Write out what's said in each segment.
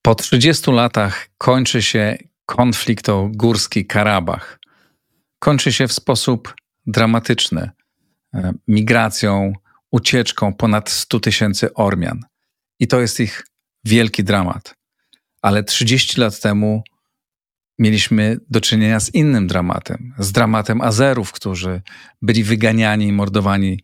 Po 30 latach kończy się konflikt o Górski Karabach. Kończy się w sposób dramatyczny. Migracją, ucieczką ponad 100 000 Ormian. I to jest ich wielki dramat. Ale 30 lat temu mieliśmy do czynienia z innym dramatem. Z dramatem Azerów, którzy byli wyganiani i mordowani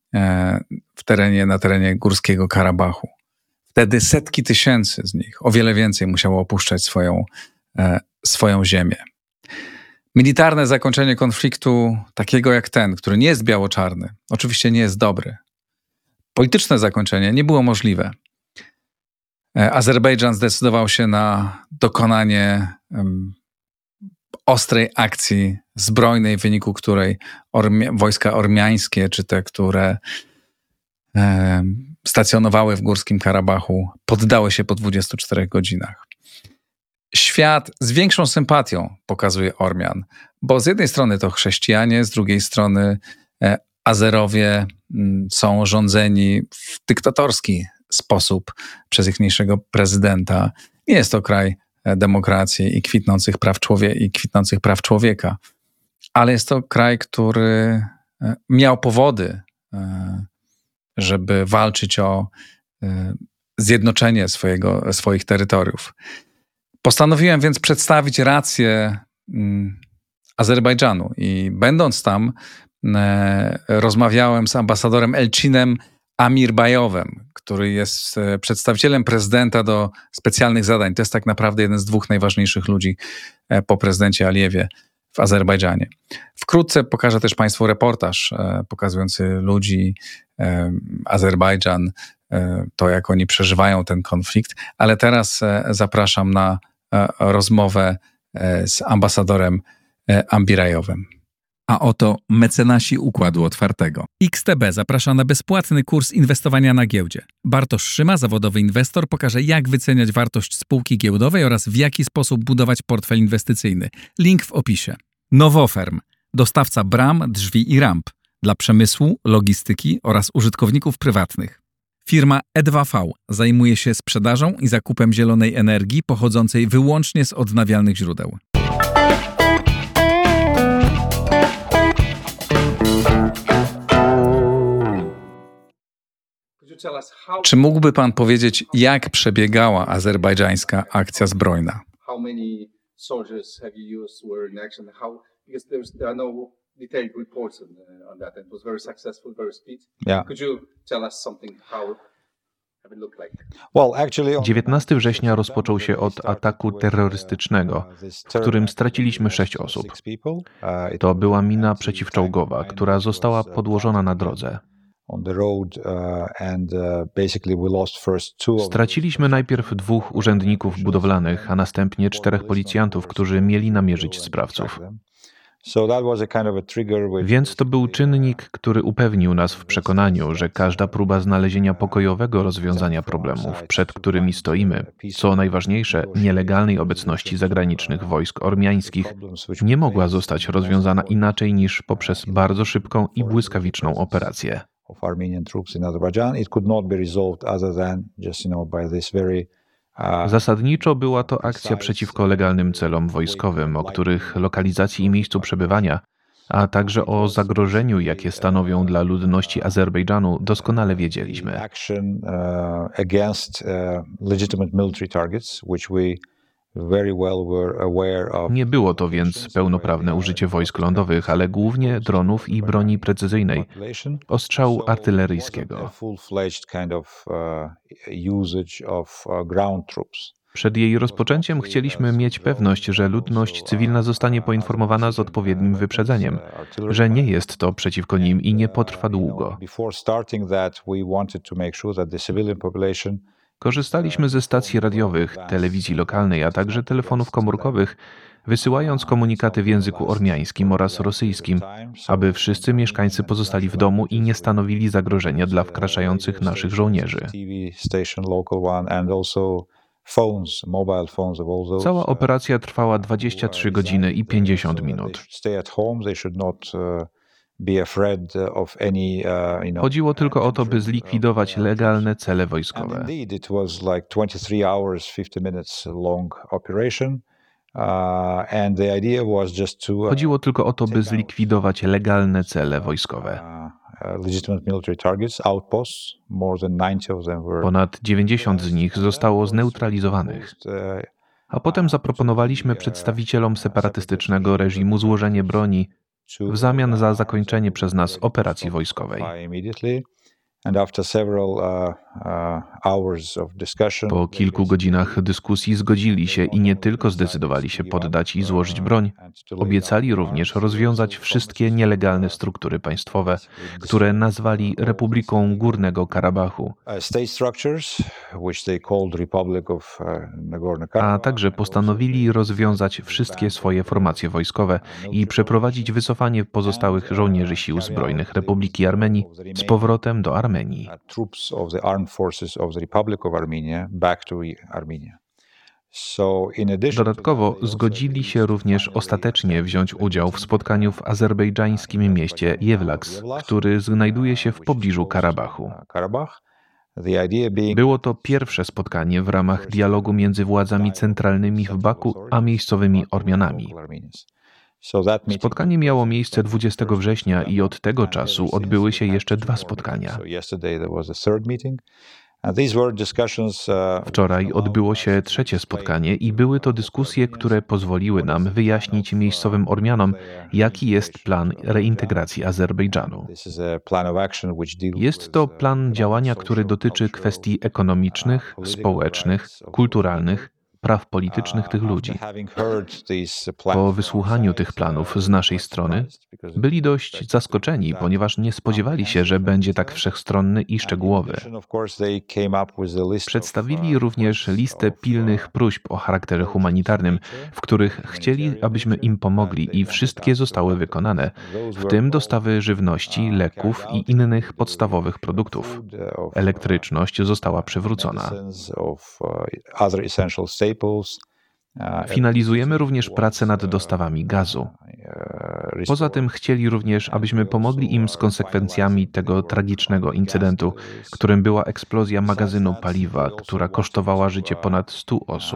na terenie Górskiego Karabachu. Wtedy setki tysięcy z nich, o wiele więcej, musiało opuszczać swoją ziemię. Militarne zakończenie konfliktu, takiego jak ten, który nie jest biało-czarny, oczywiście nie jest dobry. Polityczne zakończenie nie było możliwe. Azerbejdżan zdecydował się na dokonanie ostrej akcji zbrojnej, w wyniku której wojska ormiańskie, czy te, które stacjonowały w Górskim Karabachu, poddały się po 24 godzinach. Świat z większą sympatią pokazuje Ormian, bo z jednej strony to chrześcijanie, z drugiej strony Azerowie są rządzeni w dyktatorski sposób przez ichniejszego prezydenta. Nie jest to kraj demokracji i kwitnących praw człowieka, ale jest to kraj, który miał powody, żeby walczyć o zjednoczenie swoich terytoriów. Postanowiłem więc przedstawić rację Azerbejdżanu i będąc tam rozmawiałem z ambasadorem Elçinem Amirbajowem, który jest przedstawicielem prezydenta do specjalnych zadań. To jest tak naprawdę jeden z dwóch najważniejszych ludzi po prezydencie Alijewie w Azerbejdżanie. Wkrótce pokażę też Państwu reportaż pokazujący ludzi, Azerbejdżan, to jak oni przeżywają ten konflikt, ale teraz zapraszam na rozmowę z ambasadorem Ambirajowem. A oto mecenasi Układu Otwartego. XTB zaprasza na bezpłatny kurs inwestowania na giełdzie. Bartosz Szyma, zawodowy inwestor, pokaże, jak wyceniać wartość spółki giełdowej oraz w jaki sposób budować portfel inwestycyjny. Link w opisie. Nowoferm, dostawca bram, drzwi i ramp dla przemysłu, logistyki oraz użytkowników prywatnych. Firma E2V zajmuje się sprzedażą i zakupem zielonej energii pochodzącej wyłącznie z odnawialnych źródeł. Czy mógłby pan powiedzieć, jak przebiegała azerbejdżańska akcja zbrojna? Yeah. 19 września rozpoczął się od ataku terrorystycznego, w którym straciliśmy 6 osób. To była mina przeciwczołgowa, która została podłożona na drodze. Straciliśmy najpierw 2 urzędników budowlanych, a następnie 4 policjantów, którzy mieli namierzyć sprawców. Więc to był czynnik, który upewnił nas w przekonaniu, że każda próba znalezienia pokojowego rozwiązania problemów, przed którymi stoimy, co najważniejsze, nielegalnej obecności zagranicznych wojsk ormiańskich, nie mogła zostać rozwiązana inaczej niż poprzez bardzo szybką i błyskawiczną operację. Zasadniczo była to akcja przeciwko legalnym celom wojskowym, o których lokalizacji i miejscu przebywania, a także o zagrożeniu, jakie stanowią dla ludności Azerbejdżanu, doskonale wiedzieliśmy. Nie było to więc pełnoprawne użycie wojsk lądowych, ale głównie dronów i broni precyzyjnej, ostrzału artyleryjskiego. Przed jej rozpoczęciem chcieliśmy mieć pewność, że ludność cywilna zostanie poinformowana z odpowiednim wyprzedzeniem, że nie jest to przeciwko nim i nie potrwa długo. Korzystaliśmy ze stacji radiowych, telewizji lokalnej, a także telefonów komórkowych, wysyłając komunikaty w języku ormiańskim oraz rosyjskim, aby wszyscy mieszkańcy pozostali w domu i nie stanowili zagrożenia dla wkraczających naszych żołnierzy. Cała operacja trwała 23 godziny i 50 minut. Chodziło tylko o to, by zlikwidować legalne cele wojskowe. Chodziło tylko o to, by zlikwidować legalne cele wojskowe. Ponad 90 z nich zostało zneutralizowanych. A potem zaproponowaliśmy przedstawicielom separatystycznego reżimu złożenie broni w zamian za zakończenie przez nas operacji wojskowej. Po kilku godzinach dyskusji zgodzili się i nie tylko zdecydowali się poddać i złożyć broń, obiecali również rozwiązać wszystkie nielegalne struktury państwowe, które nazwali Republiką Górnego Karabachu, a także postanowili rozwiązać wszystkie swoje formacje wojskowe i przeprowadzić wycofanie pozostałych żołnierzy sił zbrojnych Republiki Armenii z powrotem do Armenii. Dodatkowo zgodzili się również ostatecznie wziąć udział w spotkaniu w azerbejdżańskim mieście Jewlaks, który znajduje się w pobliżu Karabachu. Było to pierwsze spotkanie w ramach dialogu między władzami centralnymi w Baku a miejscowymi Ormianami. Spotkanie miało miejsce 20 września i od tego czasu odbyły się jeszcze 2 spotkania. Wczoraj odbyło się 3. spotkanie i były to dyskusje, które pozwoliły nam wyjaśnić miejscowym Ormianom, jaki jest plan reintegracji Azerbejdżanu. Jest to plan działania, który dotyczy kwestii ekonomicznych, społecznych, kulturalnych, praw politycznych tych ludzi. Po wysłuchaniu tych planów z naszej strony byli dość zaskoczeni, ponieważ nie spodziewali się, że będzie tak wszechstronny i szczegółowy. Przedstawili również listę pilnych próśb o charakterze humanitarnym, w których chcieli, abyśmy im pomogli i wszystkie zostały wykonane, w tym dostawy żywności, leków i innych podstawowych produktów. Elektryczność została przywrócona. Finalizujemy również pracę nad dostawami gazu. Poza tym chcieli również, abyśmy pomogli im z konsekwencjami tego tragicznego incydentu, którym była eksplozja magazynu paliwa, która kosztowała życie ponad 100 osób.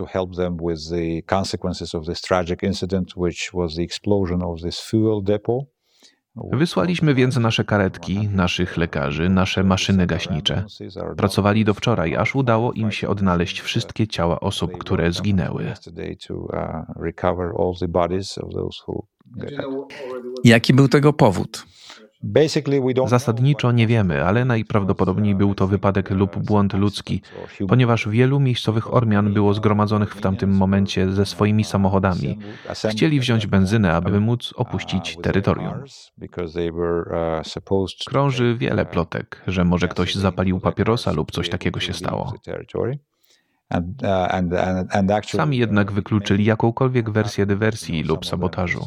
Wysłaliśmy więc nasze karetki, naszych lekarzy, nasze maszyny gaśnicze. Pracowali do wczoraj, aż udało im się odnaleźć wszystkie ciała osób, które zginęły. Jaki był tego powód? Zasadniczo nie wiemy, ale najprawdopodobniej był to wypadek lub błąd ludzki, ponieważ wielu miejscowych Ormian było zgromadzonych w tamtym momencie ze swoimi samochodami. Chcieli wziąć benzynę, aby móc opuścić terytorium. Krąży wiele plotek, że może ktoś zapalił papierosa lub coś takiego się stało. Sami jednak wykluczyli jakąkolwiek wersję dywersji lub sabotażu.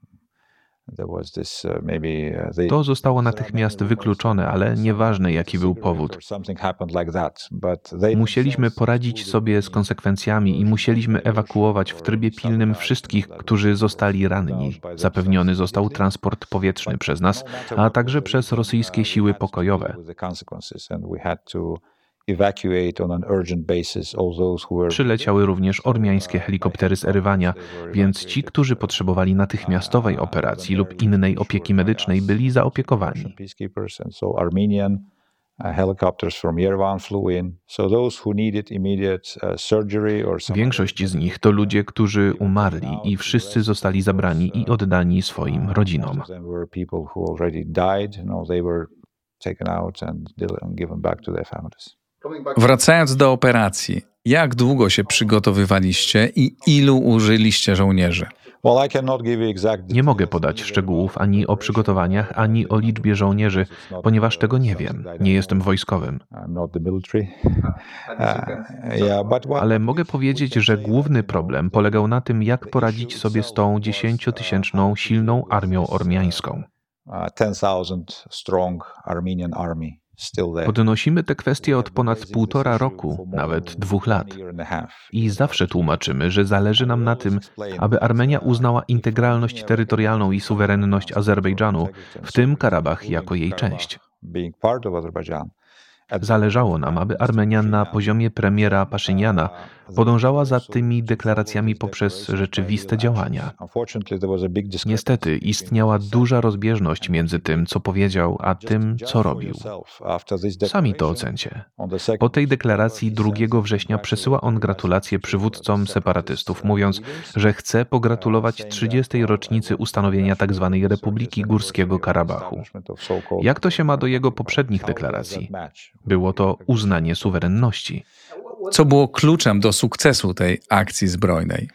To zostało natychmiast wykluczone, ale nieważne jaki był powód. Musieliśmy poradzić sobie z konsekwencjami i musieliśmy ewakuować w trybie pilnym wszystkich, którzy zostali ranni. Zapewniony został transport powietrzny przez nas, a także przez rosyjskie siły pokojowe. Przyleciały również ormiańskie helikoptery z Erywania, więc ci, którzy potrzebowali natychmiastowej operacji lub innej opieki medycznej, byli zaopiekowani. Większość z nich to ludzie, którzy umarli i wszyscy zostali zabrani i oddani swoim rodzinom. Wracając do operacji, jak długo się przygotowywaliście i ilu użyliście żołnierzy? Nie mogę podać szczegółów ani o przygotowaniach, ani o liczbie żołnierzy, ponieważ tego nie wiem. Nie jestem wojskowym. Ale mogę powiedzieć, że główny problem polegał na tym, jak poradzić sobie z tą 10-tysięczną silną armią ormiańską. Podnosimy te kwestie od ponad 1,5 roku, nawet 2 lat. I zawsze tłumaczymy, że zależy nam na tym, aby Armenia uznała integralność terytorialną i suwerenność Azerbejdżanu, w tym Karabach jako jej część. Zależało nam, aby Armenia na poziomie premiera Paszyniana podążała za tymi deklaracjami poprzez rzeczywiste działania. Niestety istniała duża rozbieżność między tym, co powiedział, a tym, co robił. Sami to ocencie. Po tej deklaracji 2 września przesyła on gratulacje przywódcom separatystów, mówiąc, że chce pogratulować 30. rocznicy ustanowienia tzw. Republiki Górskiego Karabachu. Jak to się ma do jego poprzednich deklaracji? Było to uznanie suwerenności. Co było kluczem do sukcesu tej akcji zbrojnej?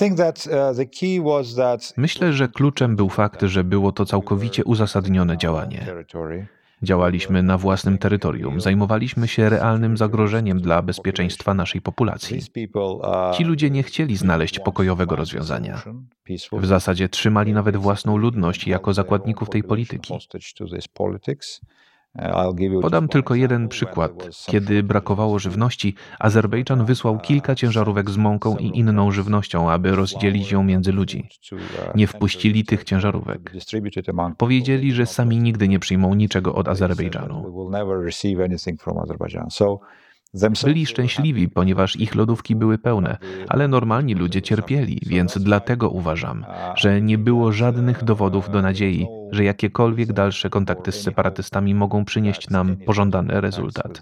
Myślę, że kluczem był fakt, że było to całkowicie uzasadnione działanie. Działaliśmy na własnym terytorium, zajmowaliśmy się realnym zagrożeniem dla bezpieczeństwa naszej populacji. Ci ludzie nie chcieli znaleźć pokojowego rozwiązania. W zasadzie trzymali nawet własną ludność jako zakładników tej polityki. Podam tylko jeden przykład. Kiedy brakowało żywności, Azerbejdżan wysłał kilka ciężarówek z mąką i inną żywnością, aby rozdzielić ją między ludzi. Nie wpuścili tych ciężarówek. Powiedzieli, że sami nigdy nie przyjmą niczego od Azerbejdżanu. Byli szczęśliwi, ponieważ ich lodówki były pełne, ale normalni ludzie cierpieli, więc dlatego uważam, że nie było żadnych dowodów do nadziei, że jakiekolwiek dalsze kontakty z separatystami mogą przynieść nam pożądany rezultat.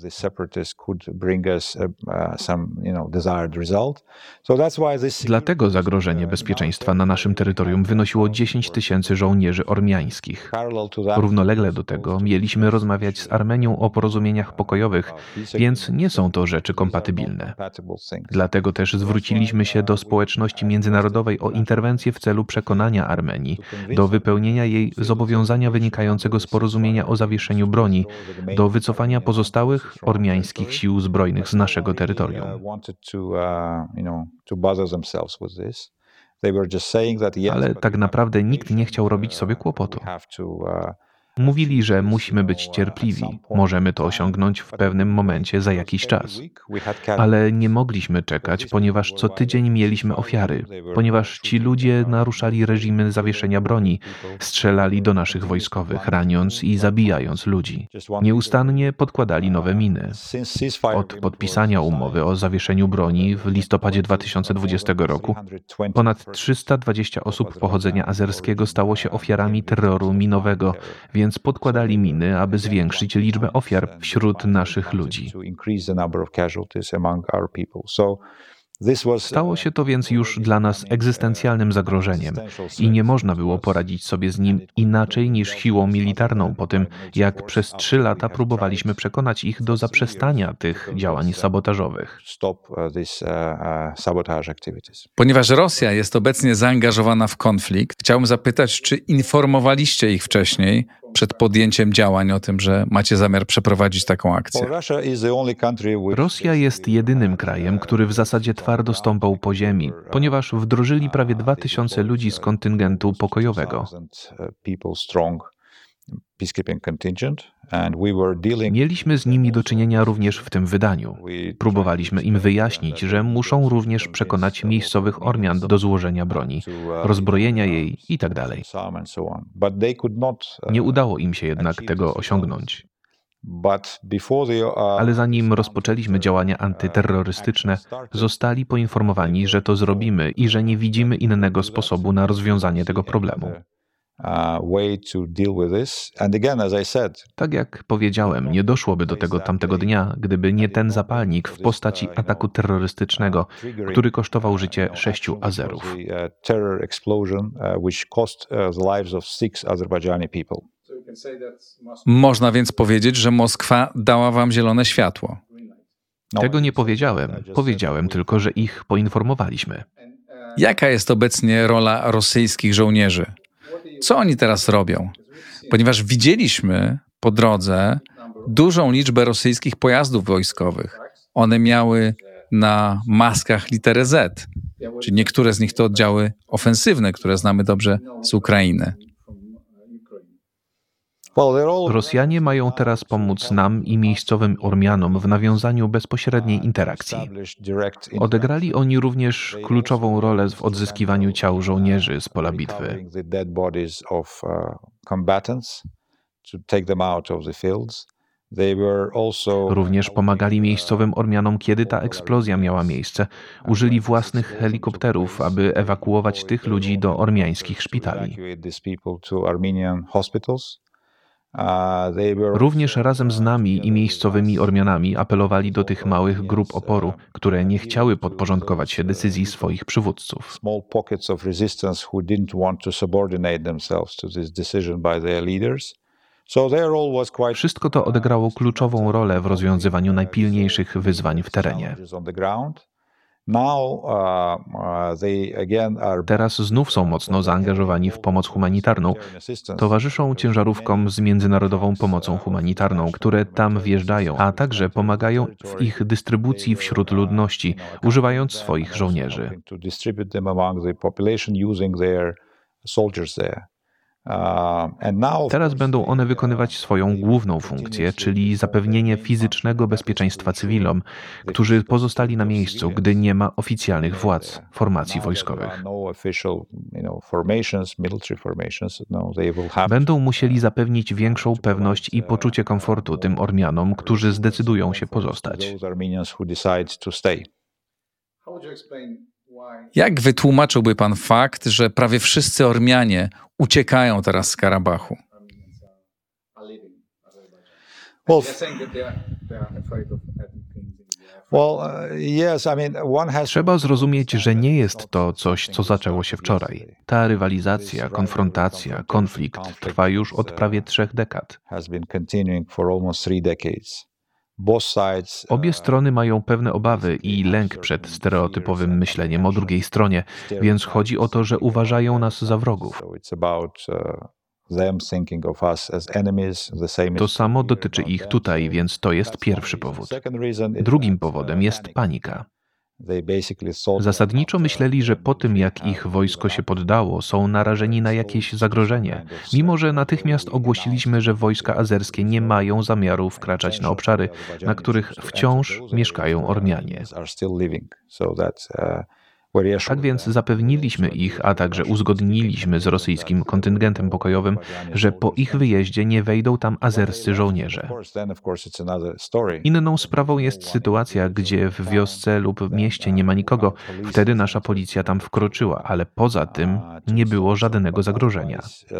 Dlatego zagrożenie bezpieczeństwa na naszym terytorium wynosiło 10 000 żołnierzy ormiańskich. Równolegle do tego mieliśmy rozmawiać z Armenią o porozumieniach pokojowych, więc nie są to rzeczy kompatybilne. Dlatego też zwróciliśmy się do społeczności międzynarodowej o interwencję w celu przekonania Armenii do wypełnienia jej zobowiązania wynikającego z porozumienia o zawieszeniu broni, do wycofania pozostałych ormiańskich sił zbrojnych z naszego terytorium. Ale tak naprawdę nikt nie chciał robić sobie kłopotu. Mówili, że musimy być cierpliwi, możemy to osiągnąć w pewnym momencie za jakiś czas. Ale nie mogliśmy czekać, ponieważ co tydzień mieliśmy ofiary, ponieważ ci ludzie naruszali reżimy zawieszenia broni, strzelali do naszych wojskowych, raniąc i zabijając ludzi. Nieustannie podkładali nowe miny. Od podpisania umowy o zawieszeniu broni w listopadzie 2020 roku ponad 320 osób pochodzenia azerskiego stało się ofiarami terroru minowego, więc podkładali miny, aby zwiększyć liczbę ofiar wśród naszych ludzi. Stało się to więc już dla nas egzystencjalnym zagrożeniem i nie można było poradzić sobie z nim inaczej niż siłą militarną po tym, jak przez 3 lata próbowaliśmy przekonać ich do zaprzestania tych działań sabotażowych. Ponieważ Rosja jest obecnie zaangażowana w konflikt, chciałbym zapytać, czy informowaliście ich wcześniej, przed podjęciem działań o tym, że macie zamiar przeprowadzić taką akcję? Rosja jest jedynym krajem, który w zasadzie twardo stąpał po ziemi, ponieważ wdrożyli prawie 2000 ludzi z kontyngentu pokojowego. Mieliśmy z nimi do czynienia również w tym wydaniu. Próbowaliśmy im wyjaśnić, że muszą również przekonać miejscowych Ormian do złożenia broni, rozbrojenia jej itd. Nie udało im się jednak tego osiągnąć. Ale zanim rozpoczęliśmy działania antyterrorystyczne, zostali poinformowani, że to zrobimy i że nie widzimy innego sposobu na rozwiązanie tego problemu. Tak jak powiedziałem, nie doszłoby do tego tamtego dnia, gdyby nie ten zapalnik w postaci ataku terrorystycznego, który kosztował życie 6 Azerów. Można więc powiedzieć, że Moskwa dała wam zielone światło. Tego nie powiedziałem. Powiedziałem tylko, że ich poinformowaliśmy. Jaka jest obecnie rola rosyjskich żołnierzy? Co oni teraz robią? Ponieważ widzieliśmy po drodze dużą liczbę rosyjskich pojazdów wojskowych. One miały na maskach literę Z, czyli niektóre z nich to oddziały ofensywne, które znamy dobrze z Ukrainy. Rosjanie mają teraz pomóc nam i miejscowym Ormianom w nawiązaniu bezpośredniej interakcji. Odegrali oni również kluczową rolę w odzyskiwaniu ciał żołnierzy z pola bitwy. Również pomagali miejscowym Ormianom, kiedy ta eksplozja miała miejsce. Użyli własnych helikopterów, aby ewakuować tych ludzi do ormiańskich szpitali. Również razem z nami i miejscowymi Ormianami apelowali do tych małych grup oporu, które nie chciały podporządkować się decyzji swoich przywódców. Wszystko to odegrało kluczową rolę w rozwiązywaniu najpilniejszych wyzwań w terenie. Teraz znów są mocno zaangażowani w pomoc humanitarną. Towarzyszą ciężarówkom z międzynarodową pomocą humanitarną, które tam wjeżdżają, a także pomagają w ich dystrybucji wśród ludności, używając swoich żołnierzy. Teraz będą one wykonywać swoją główną funkcję, czyli zapewnienie fizycznego bezpieczeństwa cywilom, którzy pozostali na miejscu, gdy nie ma oficjalnych władz formacji wojskowych. Będą musieli zapewnić większą pewność i poczucie komfortu tym Ormianom, którzy zdecydują się pozostać. Jak wytłumaczyłby pan fakt, że prawie wszyscy Ormianie uciekają teraz z Karabachu? Trzeba zrozumieć, że nie jest to coś, co zaczęło się wczoraj. Ta rywalizacja, konfrontacja, konflikt trwa już od prawie 3 dekad. Obie strony mają pewne obawy i lęk przed stereotypowym myśleniem o drugiej stronie, więc chodzi o to, że uważają nas za wrogów. To samo dotyczy ich tutaj, więc to jest pierwszy powód. Drugim powodem jest panika. Zasadniczo myśleli, że po tym, jak ich wojsko się poddało, są narażeni na jakieś zagrożenie, mimo że natychmiast ogłosiliśmy, że wojska azerskie nie mają zamiaru wkraczać na obszary, na których wciąż mieszkają Ormianie. Tak więc zapewniliśmy ich, a także uzgodniliśmy z rosyjskim kontyngentem pokojowym, że po ich wyjeździe nie wejdą tam azerscy żołnierze. Inną sprawą jest sytuacja, gdzie w wiosce lub mieście nie ma nikogo. Wtedy nasza policja tam wkroczyła, ale poza tym nie było żadnego zagrożenia.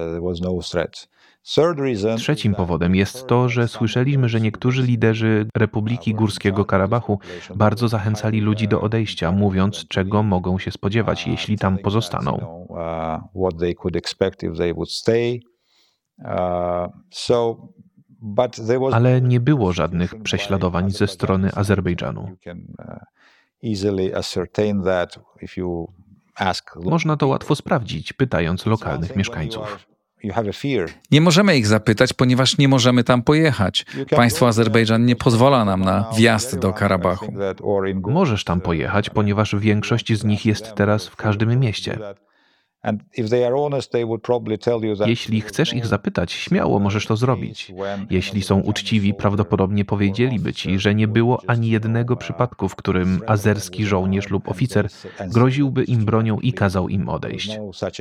Trzecim powodem jest to, że słyszeliśmy, że niektórzy liderzy Republiki Górskiego Karabachu bardzo zachęcali ludzi do odejścia, mówiąc, czego mogą się spodziewać, jeśli tam pozostaną. Ale nie było żadnych prześladowań ze strony Azerbejdżanu. Można to łatwo sprawdzić, pytając lokalnych mieszkańców. Nie możemy ich zapytać, ponieważ nie możemy tam pojechać. Państwo Azerbejdżan nie pozwala nam na wjazd do Karabachu. Możesz tam pojechać, ponieważ większość z nich jest teraz w każdym mieście. Jeśli chcesz ich zapytać, śmiało możesz to zrobić. Jeśli są uczciwi, prawdopodobnie powiedzieliby ci, że nie było ani jednego przypadku, w którym azerski żołnierz lub oficer groziłby im bronią i kazał im odejść.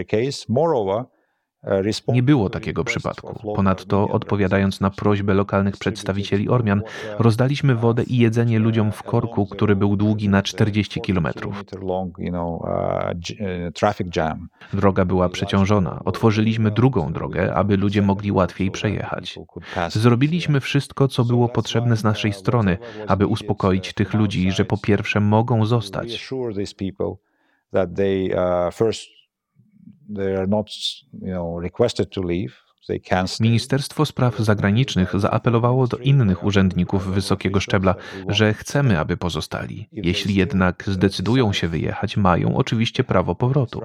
Nie było takiego przypadku. Ponadto, odpowiadając na prośbę lokalnych przedstawicieli Ormian, rozdaliśmy wodę i jedzenie ludziom w korku, który był długi na 40 kilometrów. Droga była przeciążona. Otworzyliśmy drugą drogę, aby ludzie mogli łatwiej przejechać. Zrobiliśmy wszystko, co było potrzebne z naszej strony, aby uspokoić tych ludzi, że po pierwsze mogą zostać. Ministerstwo Spraw Zagranicznych zaapelowało do innych urzędników wysokiego szczebla, że chcemy, aby pozostali. Jeśli jednak zdecydują się wyjechać, mają oczywiście prawo powrotu.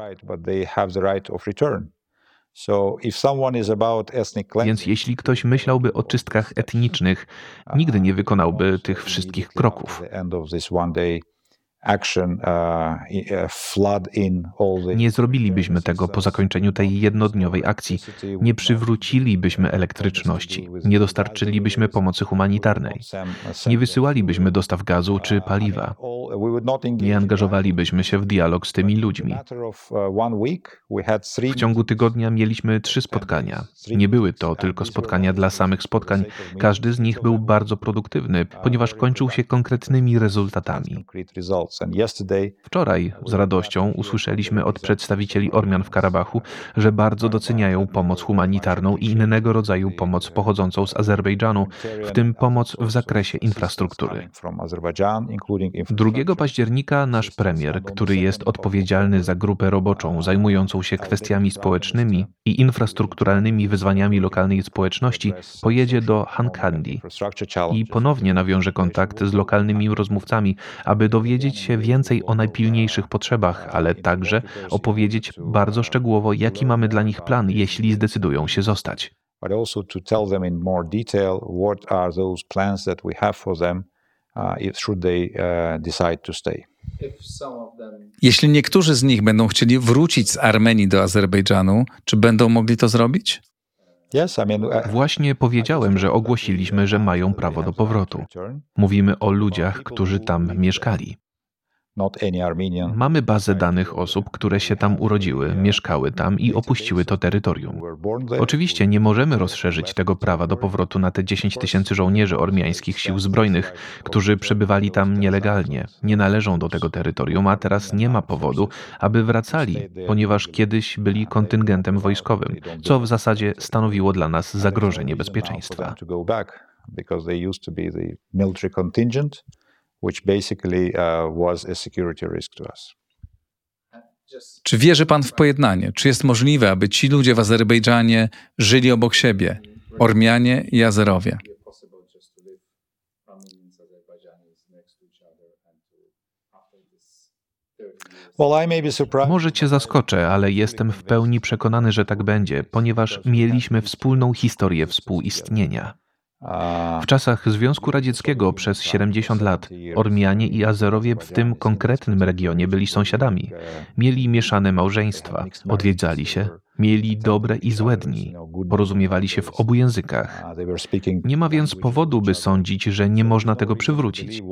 Więc jeśli ktoś myślałby o czystkach etnicznych, nigdy nie wykonałby tych wszystkich kroków. Nie zrobilibyśmy tego po zakończeniu tej jednodniowej akcji. Nie przywrócilibyśmy elektryczności. Nie dostarczylibyśmy pomocy humanitarnej. Nie wysyłalibyśmy dostaw gazu czy paliwa. Nie angażowalibyśmy się w dialog z tymi ludźmi. W ciągu tygodnia mieliśmy 3 spotkania. Nie były to tylko spotkania dla samych spotkań. Każdy z nich był bardzo produktywny, ponieważ kończył się konkretnymi rezultatami. Wczoraj z radością usłyszeliśmy od przedstawicieli Ormian w Karabachu, że bardzo doceniają pomoc humanitarną i innego rodzaju pomoc pochodzącą z Azerbejdżanu, w tym pomoc w zakresie infrastruktury. 2 października nasz premier, który jest odpowiedzialny za grupę roboczą zajmującą się kwestiami społecznymi i infrastrukturalnymi wyzwaniami lokalnej społeczności, pojedzie do Hankandi i ponownie nawiąże kontakt z lokalnymi rozmówcami, aby dowiedzieć się więcej o najpilniejszych potrzebach, ale także opowiedzieć bardzo szczegółowo, jaki mamy dla nich plan, jeśli zdecydują się zostać. Jeśli niektórzy z nich będą chcieli wrócić z Armenii do Azerbejdżanu, czy będą mogli to zrobić? Właśnie powiedziałem, że ogłosiliśmy, że mają prawo do powrotu. Mówimy o ludziach, którzy tam mieszkali. Mamy bazę danych osób, które się tam urodziły, mieszkały tam i opuściły to terytorium. Oczywiście nie możemy rozszerzyć tego prawa do powrotu na te 10 000 żołnierzy ormiańskich sił zbrojnych, którzy przebywali tam nielegalnie, nie należą do tego terytorium, a teraz nie ma powodu, aby wracali, ponieważ kiedyś byli kontyngentem wojskowym, co w zasadzie stanowiło dla nas zagrożenie bezpieczeństwa. Which basically was a security risk to us. Czy wierzy pan w pojednanie? Czy jest możliwe, aby ci ludzie w Azerbejdżanie żyli obok siebie, Ormianie i Azerowie? Może cię zaskoczę, ale jestem w pełni przekonany, że tak będzie, ponieważ mieliśmy wspólną historię współistnienia. W czasach Związku Radzieckiego przez 70 lat Ormianie i Azerowie w tym konkretnym regionie byli sąsiadami. Mieli mieszane małżeństwa, odwiedzali się, mieli dobre i złe dni, porozumiewali się w obu językach. Nie ma więc powodu, by sądzić, że nie można tego przywrócić.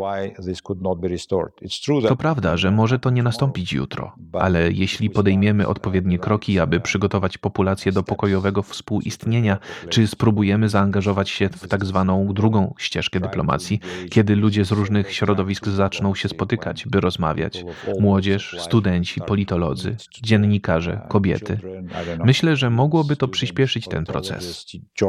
To prawda, że może to nie nastąpić jutro, ale jeśli podejmiemy odpowiednie kroki, aby przygotować populację do pokojowego współistnienia, czy spróbujemy zaangażować się w tak zwaną drugą ścieżkę dyplomacji, kiedy ludzie z różnych środowisk zaczną się spotykać, by rozmawiać, młodzież, studenci, politolodzy, dziennikarze, kobiety. Myślę, że mogłoby to przyspieszyć ten proces.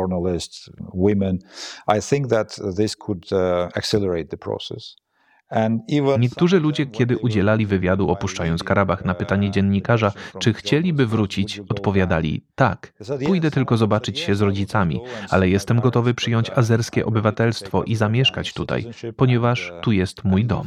Niektórzy ludzie, kiedy udzielali wywiadu opuszczając Karabach na pytanie dziennikarza, czy chcieliby wrócić, odpowiadali tak. Pójdę tylko zobaczyć się z rodzicami, ale jestem gotowy przyjąć azerskie obywatelstwo i zamieszkać tutaj, ponieważ tu jest mój dom.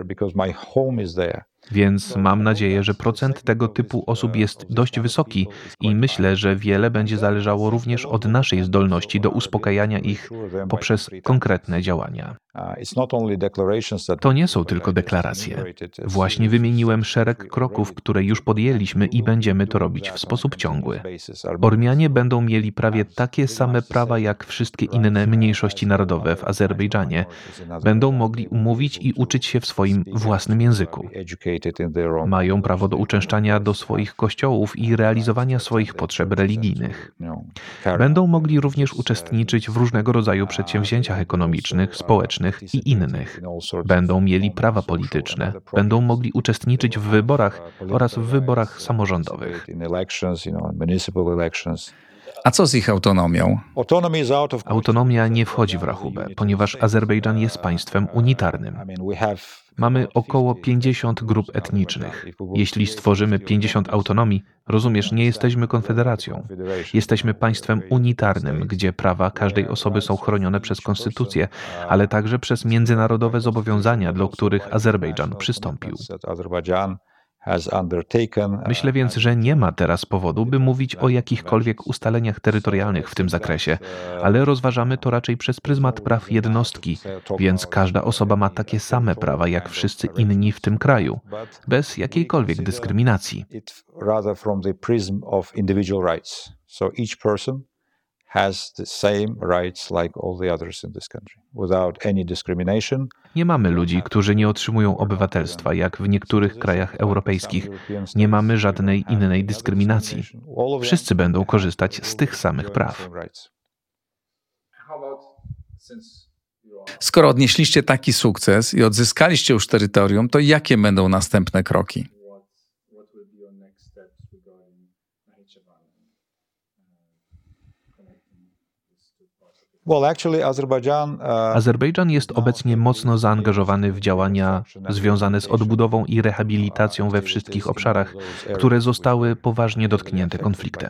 Więc mam nadzieję, że procent tego typu osób jest dość wysoki i myślę, że wiele będzie zależało również od naszej zdolności do uspokajania ich poprzez konkretne działania. To nie są tylko deklaracje. Właśnie wymieniłem szereg kroków, które już podjęliśmy i będziemy to robić w sposób ciągły. Ormianie będą mieli prawie takie same prawa jak wszystkie inne mniejszości narodowe w Azerbejdżanie. Będą mogli mówić i uczyć się w swoim własnym języku. Mają prawo do uczęszczania do swoich kościołów i realizowania swoich potrzeb religijnych. Będą mogli również uczestniczyć w różnego rodzaju przedsięwzięciach ekonomicznych, społecznych i innych. Będą mieli prawa polityczne, będą mogli uczestniczyć w wyborach oraz w wyborach samorządowych. A co z ich autonomią? Autonomia nie wchodzi w rachubę, ponieważ Azerbejdżan jest państwem unitarnym. Mamy około 50 grup etnicznych. Jeśli stworzymy 50 autonomii, rozumiesz, nie jesteśmy konfederacją. Jesteśmy państwem unitarnym, gdzie prawa każdej osoby są chronione przez konstytucję, ale także przez międzynarodowe zobowiązania, do których Azerbejdżan przystąpił. Myślę więc, że nie ma teraz powodu, by mówić o jakichkolwiek ustaleniach terytorialnych w tym zakresie, ale rozważamy to raczej przez pryzmat praw jednostki, więc każda osoba ma takie same prawa jak wszyscy inni w tym kraju, bez jakiejkolwiek dyskryminacji. Has the same rights like all the others in this country, without any discrimination. Nie mamy ludzi, którzy nie otrzymują obywatelstwa, jak w niektórych krajach europejskich. Nie mamy żadnej innej dyskryminacji. Wszyscy będą korzystać z tych samych praw. Skoro odnieśliście taki sukces i odzyskaliście już terytorium, to jakie będą następne kroki? Azerbejdżan jest obecnie mocno zaangażowany w działania związane z odbudową i rehabilitacją we wszystkich obszarach, które zostały poważnie dotknięte konfliktem.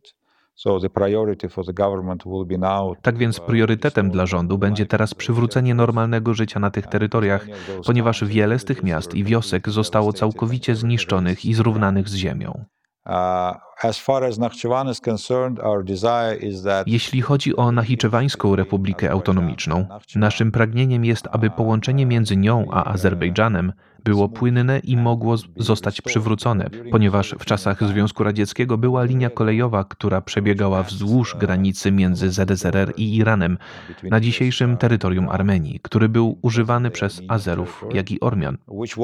Tak więc priorytetem dla rządu będzie teraz przywrócenie normalnego życia na tych terytoriach, ponieważ wiele z tych miast i wiosek zostało całkowicie zniszczonych i zrównanych z ziemią. Jeśli chodzi o Nachiczewańską Republikę Autonomiczną, naszym pragnieniem jest, aby połączenie między nią a Azerbejdżanem było płynne i mogło zostać przywrócone, ponieważ w czasach Związku Radzieckiego była linia kolejowa, która przebiegała wzdłuż granicy między ZSRR i Iranem na dzisiejszym terytorium Armenii, który był używany przez Azerów, jak i Ormian.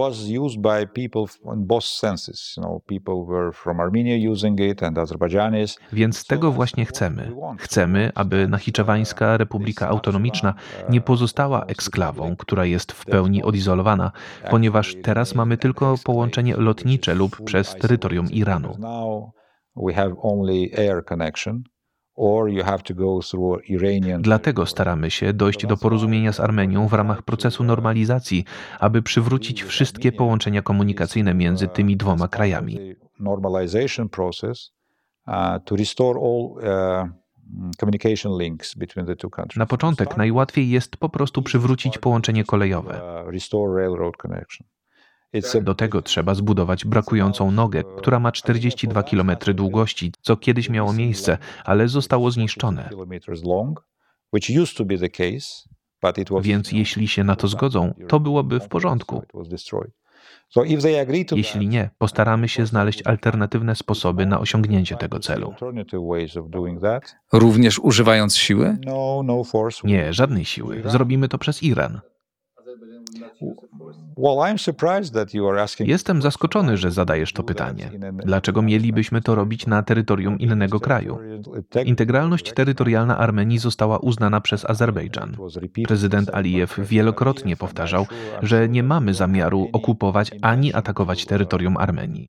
Więc tego właśnie chcemy. Chcemy, aby Nachiczewańska Republika Autonomiczna nie pozostała eksklawą, która jest w pełni odizolowana, ponieważ teraz mamy tylko połączenie lotnicze lub przez terytorium Iranu. Dlatego staramy się dojść do porozumienia z Armenią w ramach procesu normalizacji, aby przywrócić wszystkie połączenia komunikacyjne między tymi dwoma krajami. Na początek najłatwiej jest po prostu przywrócić połączenie kolejowe. Do tego trzeba zbudować brakującą nogę, która ma 42 km długości, co kiedyś miało miejsce, ale zostało zniszczone. Więc jeśli się na to zgodzą, to byłoby w porządku. Jeśli nie, postaramy się znaleźć alternatywne sposoby na osiągnięcie tego celu. Również używając siły? Nie, żadnej siły. Zrobimy to przez Iran. Jestem zaskoczony, że zadajesz to pytanie. Dlaczego mielibyśmy to robić na terytorium innego kraju? Integralność terytorialna Armenii została uznana przez Azerbejdżan. Prezydent Alijew wielokrotnie powtarzał, że nie mamy zamiaru okupować ani atakować terytorium Armenii.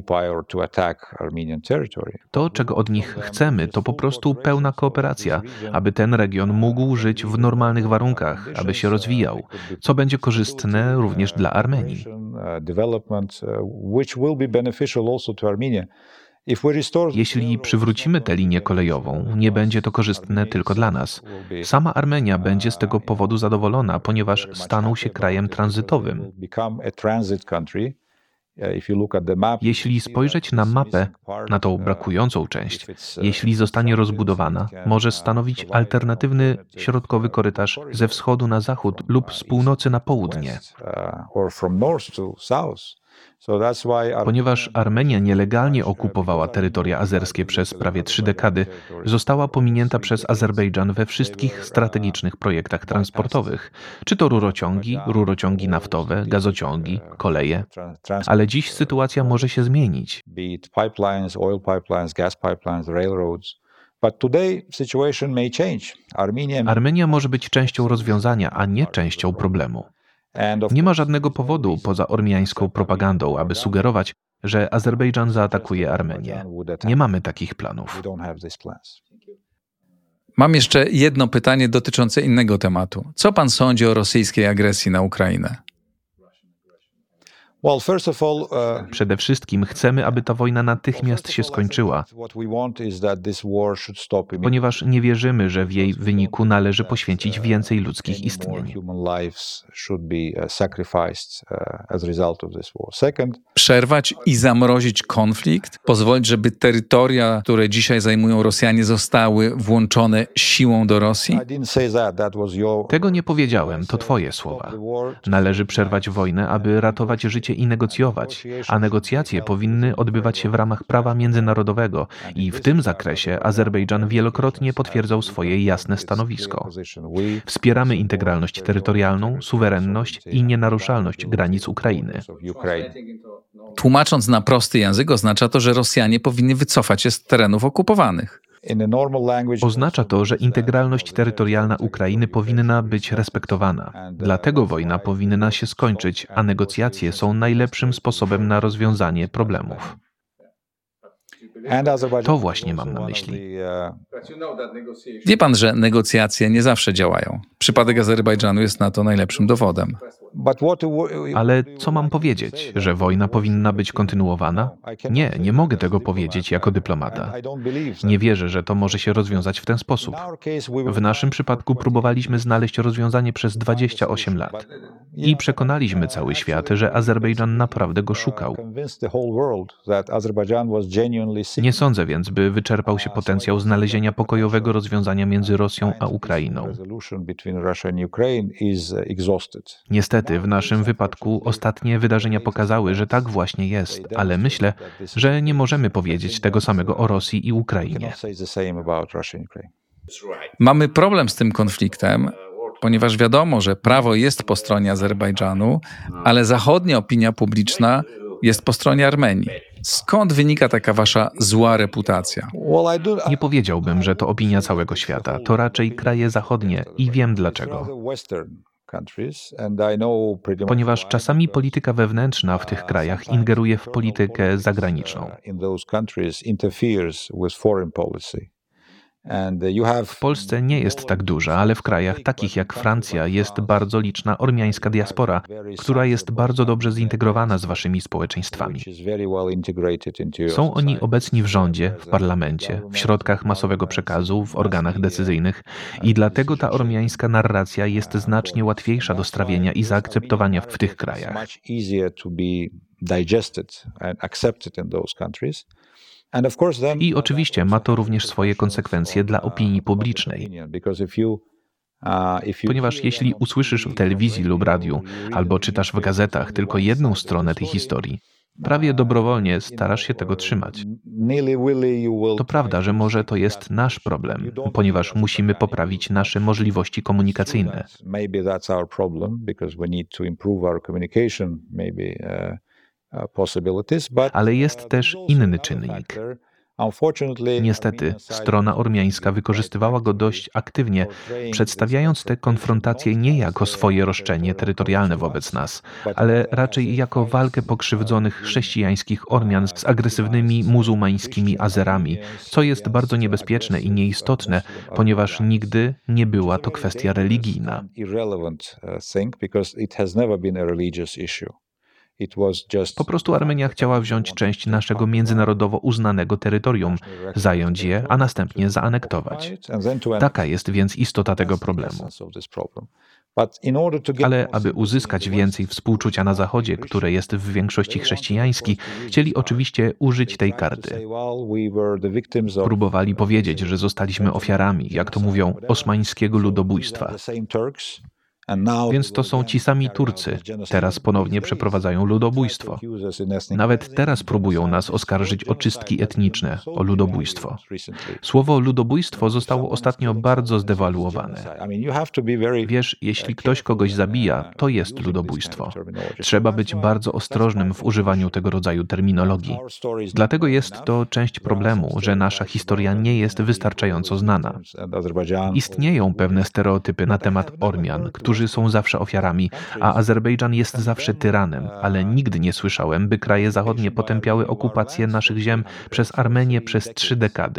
To, czego od nich chcemy, to po prostu pełna kooperacja, aby ten region mógł żyć w normalnych warunkach, aby się rozwijał, co będzie korzystne również dla Armenii. Jeśli przywrócimy tę linię kolejową, nie będzie to korzystne tylko dla nas. Sama Armenia będzie z tego powodu zadowolona, ponieważ staną się krajem tranzytowym. Jeśli spojrzeć na mapę, na tą brakującą część, jeśli zostanie rozbudowana, może stanowić alternatywny środkowy korytarz ze wschodu na zachód lub z północy na południe. Ponieważ Armenia nielegalnie okupowała terytoria azerskie przez prawie 3 dekady, została pominięta przez Azerbejdżan we wszystkich strategicznych projektach transportowych, czy to rurociągi naftowe, gazociągi, koleje. Ale dziś sytuacja może się zmienić. Armenia może być częścią rozwiązania, a nie częścią problemu. Nie ma żadnego powodu poza ormiańską propagandą, aby sugerować, że Azerbejdżan zaatakuje Armenię. Nie mamy takich planów. Mam jeszcze jedno pytanie dotyczące innego tematu. Co pan sądzi o rosyjskiej agresji na Ukrainę? Przede wszystkim chcemy, aby ta wojna natychmiast się skończyła, ponieważ nie wierzymy, że w jej wyniku należy poświęcić więcej ludzkich istnień. Przerwać i zamrozić konflikt, pozwolić, żeby terytoria, które dzisiaj zajmują Rosjanie, zostały włączone siłą do Rosji? Tego nie powiedziałem, to twoje słowa. Należy przerwać wojnę, aby ratować życie i negocjować, a negocjacje powinny odbywać się w ramach prawa międzynarodowego i w tym zakresie Azerbejdżan wielokrotnie potwierdzał swoje jasne stanowisko. Wspieramy integralność terytorialną, suwerenność i nienaruszalność granic Ukrainy. Tłumacząc na prosty język, oznacza to, że Rosjanie powinni wycofać się z terenów okupowanych. Oznacza to, że integralność terytorialna Ukrainy powinna być respektowana. Dlatego wojna powinna się skończyć, a negocjacje są najlepszym sposobem na rozwiązanie problemów. To właśnie mam na myśli. Wie pan, że negocjacje nie zawsze działają. Przypadek Azerbejdżanu jest na to najlepszym dowodem. Ale co mam powiedzieć? Że wojna powinna być kontynuowana? Nie mogę tego powiedzieć jako dyplomata. Nie wierzę, że to może się rozwiązać w ten sposób. W naszym przypadku próbowaliśmy znaleźć rozwiązanie przez 28 lat. I przekonaliśmy cały świat, że Azerbejdżan naprawdę go szukał. Nie sądzę więc, by wyczerpał się potencjał znalezienia pokojowego rozwiązania między Rosją a Ukrainą. Niestety, w naszym wypadku ostatnie wydarzenia pokazały, że tak właśnie jest, ale myślę, że nie możemy powiedzieć tego samego o Rosji i Ukrainie. Mamy problem z tym konfliktem, ponieważ wiadomo, że prawo jest po stronie Azerbejdżanu, ale zachodnia opinia publiczna jest po stronie Armenii. Skąd wynika taka wasza zła reputacja? Nie powiedziałbym, że to opinia całego świata. To raczej kraje zachodnie i wiem dlaczego. Ponieważ czasami polityka wewnętrzna w tych krajach ingeruje w politykę zagraniczną. W Polsce nie jest tak duża, ale w krajach takich jak Francja jest bardzo liczna ormiańska diaspora, która jest bardzo dobrze zintegrowana z waszymi społeczeństwami. Są oni obecni w rządzie, w parlamencie, w środkach masowego przekazu, w organach decyzyjnych i dlatego ta ormiańska narracja jest znacznie łatwiejsza do strawienia i zaakceptowania w tych krajach. I oczywiście ma to również swoje konsekwencje dla opinii publicznej. Ponieważ jeśli usłyszysz w telewizji lub radiu, albo czytasz w gazetach tylko jedną stronę tej historii, prawie dobrowolnie starasz się tego trzymać. To prawda, że może to jest nasz problem, ponieważ musimy poprawić nasze możliwości komunikacyjne. Ale jest też inny czynnik. Niestety, strona ormiańska wykorzystywała go dość aktywnie, przedstawiając tę konfrontację nie jako swoje roszczenie terytorialne wobec nas, ale raczej jako walkę pokrzywdzonych chrześcijańskich Ormian z agresywnymi muzułmańskimi Azerami, co jest bardzo niebezpieczne i nieistotne, ponieważ nigdy nie była to kwestia religijna. Po prostu Armenia chciała wziąć część naszego międzynarodowo uznanego terytorium, zająć je, a następnie zaanektować. Taka jest więc istota tego problemu. Ale aby uzyskać więcej współczucia na Zachodzie, które jest w większości chrześcijański, chcieli oczywiście użyć tej karty. Próbowali powiedzieć, że zostaliśmy ofiarami, jak to mówią, osmańskiego ludobójstwa. Więc to są ci sami Turcy. Teraz ponownie przeprowadzają ludobójstwo. Nawet teraz próbują nas oskarżyć o czystki etniczne, o ludobójstwo. Słowo ludobójstwo zostało ostatnio bardzo zdewaluowane. Wiesz, jeśli ktoś kogoś zabija, to jest ludobójstwo. Trzeba być bardzo ostrożnym w używaniu tego rodzaju terminologii. Dlatego jest to część problemu, że nasza historia nie jest wystarczająco znana. Istnieją pewne stereotypy na temat Ormian, którzy są zawsze ofiarami, a Azerbejdżan jest zawsze tyranem, ale nigdy nie słyszałem, by kraje zachodnie potępiały okupację naszych ziem przez Armenię przez 3 dekady.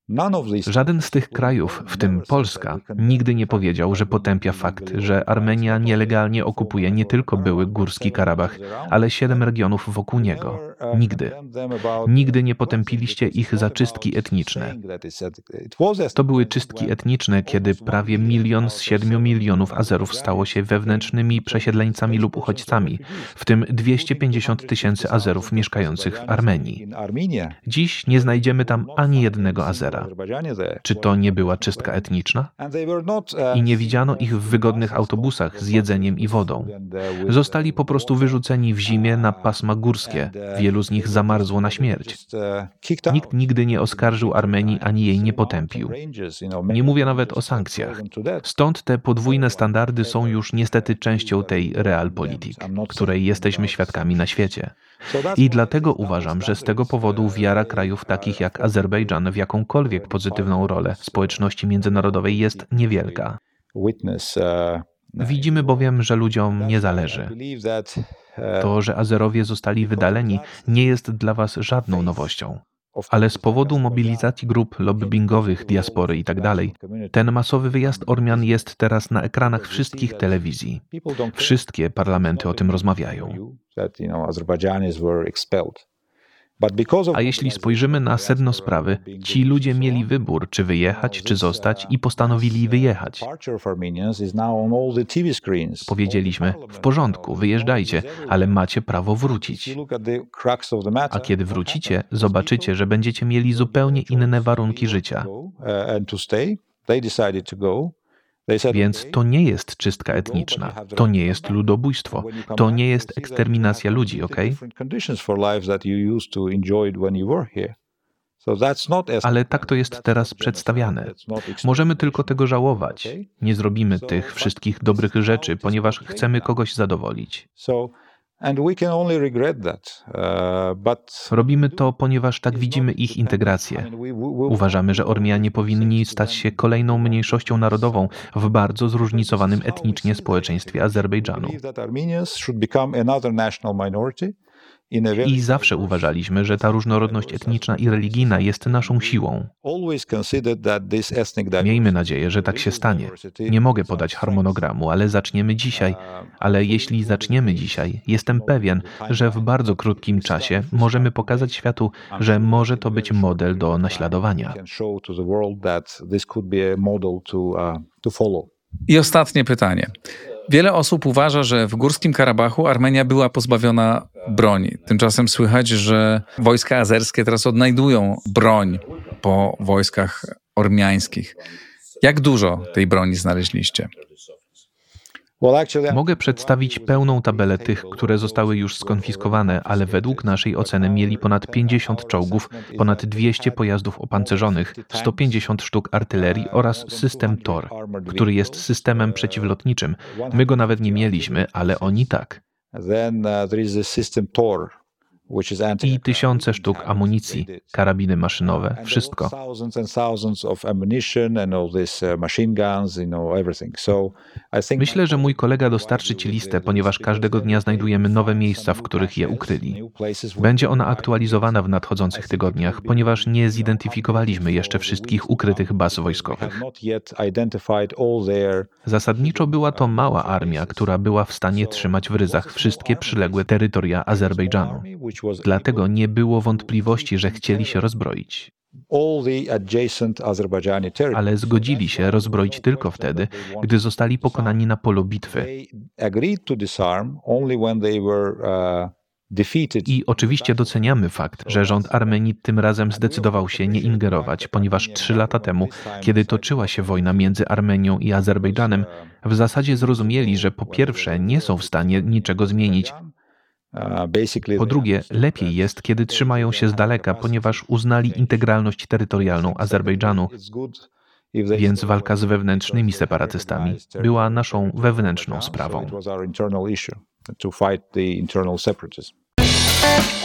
Żaden z tych krajów, w tym Polska, nigdy nie powiedział, że potępia fakt, że Armenia nielegalnie okupuje nie tylko były Górski Karabach, ale 7 regionów wokół niego. Nigdy. Nigdy nie potępiliście ich za czystki etniczne. To były czystki etniczne, kiedy prawie 1 milion z 7 milionów Azerów stało się wewnętrznymi przesiedleńcami lub uchodźcami, w tym 250 tysięcy Azerów mieszkających w Armenii. Dziś nie znajdziemy tam ani jednego Azera. Czy to nie była czystka etniczna? I nie widziano ich w wygodnych autobusach z jedzeniem i wodą. Zostali po prostu wyrzuceni w zimie na pasma górskie. Wielu z nich zamarzło na śmierć. Nikt nigdy nie oskarżył Armenii ani jej nie potępił. Nie mówię nawet o sankcjach. Stąd te podwójne standardy są już niestety częścią tej realpolitik, której jesteśmy świadkami na świecie. I dlatego uważam, że z tego powodu wiara krajów takich jak Azerbejdżan w jakąkolwiek pozytywną rolę w społeczności międzynarodowej jest niewielka. Widzimy bowiem, że ludziom nie zależy. To, że Azerowie zostali wydaleni, nie jest dla was żadną nowością. Ale z powodu mobilizacji grup lobbingowych, diaspory itd., ten masowy wyjazd Ormian jest teraz na ekranach wszystkich telewizji. Wszystkie parlamenty o tym rozmawiają. A jeśli spojrzymy na sedno sprawy, ci ludzie mieli wybór, czy wyjechać, czy zostać i postanowili wyjechać. Powiedzieliśmy, w porządku, wyjeżdżajcie, ale macie prawo wrócić. A kiedy wrócicie, zobaczycie, że będziecie mieli zupełnie inne warunki życia. Więc to nie jest czystka etniczna, to nie jest ludobójstwo, to nie jest eksterminacja ludzi, okej? Ale tak to jest teraz przedstawiane. Możemy tylko tego żałować. Nie zrobimy tych wszystkich dobrych rzeczy, ponieważ chcemy kogoś zadowolić. Robimy to, ponieważ tak widzimy ich integrację. Uważamy, że Ormianie powinni stać się kolejną mniejszością narodową w bardzo zróżnicowanym etnicznie społeczeństwie Azerbejdżanu. I zawsze uważaliśmy, że ta różnorodność etniczna i religijna jest naszą siłą. Miejmy nadzieję, że tak się stanie. Nie mogę podać harmonogramu, ale zaczniemy dzisiaj. Ale jeśli zaczniemy dzisiaj, jestem pewien, że w bardzo krótkim czasie możemy pokazać światu, że może to być model do naśladowania. I ostatnie pytanie. Wiele osób uważa, że w Górskim Karabachu Armenia była pozbawiona broni. Tymczasem słychać, że wojska azerskie teraz odnajdują broń po wojskach ormiańskich. Jak dużo tej broni znaleźliście? Mogę przedstawić pełną tabelę tych, które zostały już skonfiskowane, ale według naszej oceny mieli ponad 50 czołgów, ponad 200 pojazdów opancerzonych, 150 sztuk artylerii oraz system TOR, który jest systemem przeciwlotniczym. My go nawet nie mieliśmy, ale oni tak. I tysiące sztuk amunicji, karabiny maszynowe, wszystko. Myślę, że mój kolega dostarczy ci listę, ponieważ każdego dnia znajdujemy nowe miejsca, w których je ukryli. Będzie ona aktualizowana w nadchodzących tygodniach, ponieważ nie zidentyfikowaliśmy jeszcze wszystkich ukrytych baz wojskowych. Zasadniczo była to mała armia, która była w stanie trzymać w ryzach wszystkie przyległe terytoria Azerbejdżanu. Dlatego nie było wątpliwości, że chcieli się rozbroić. Ale zgodzili się rozbroić tylko wtedy, gdy zostali pokonani na polu bitwy. I oczywiście doceniamy fakt, że rząd Armenii tym razem zdecydował się nie ingerować, ponieważ 3 lata temu, kiedy toczyła się wojna między Armenią i Azerbejdżanem, w zasadzie zrozumieli, że po pierwsze nie są w stanie niczego zmienić, po drugie, lepiej jest, kiedy trzymają się z daleka, ponieważ uznali integralność terytorialną Azerbejdżanu, więc walka z wewnętrznymi separatystami była naszą wewnętrzną sprawą.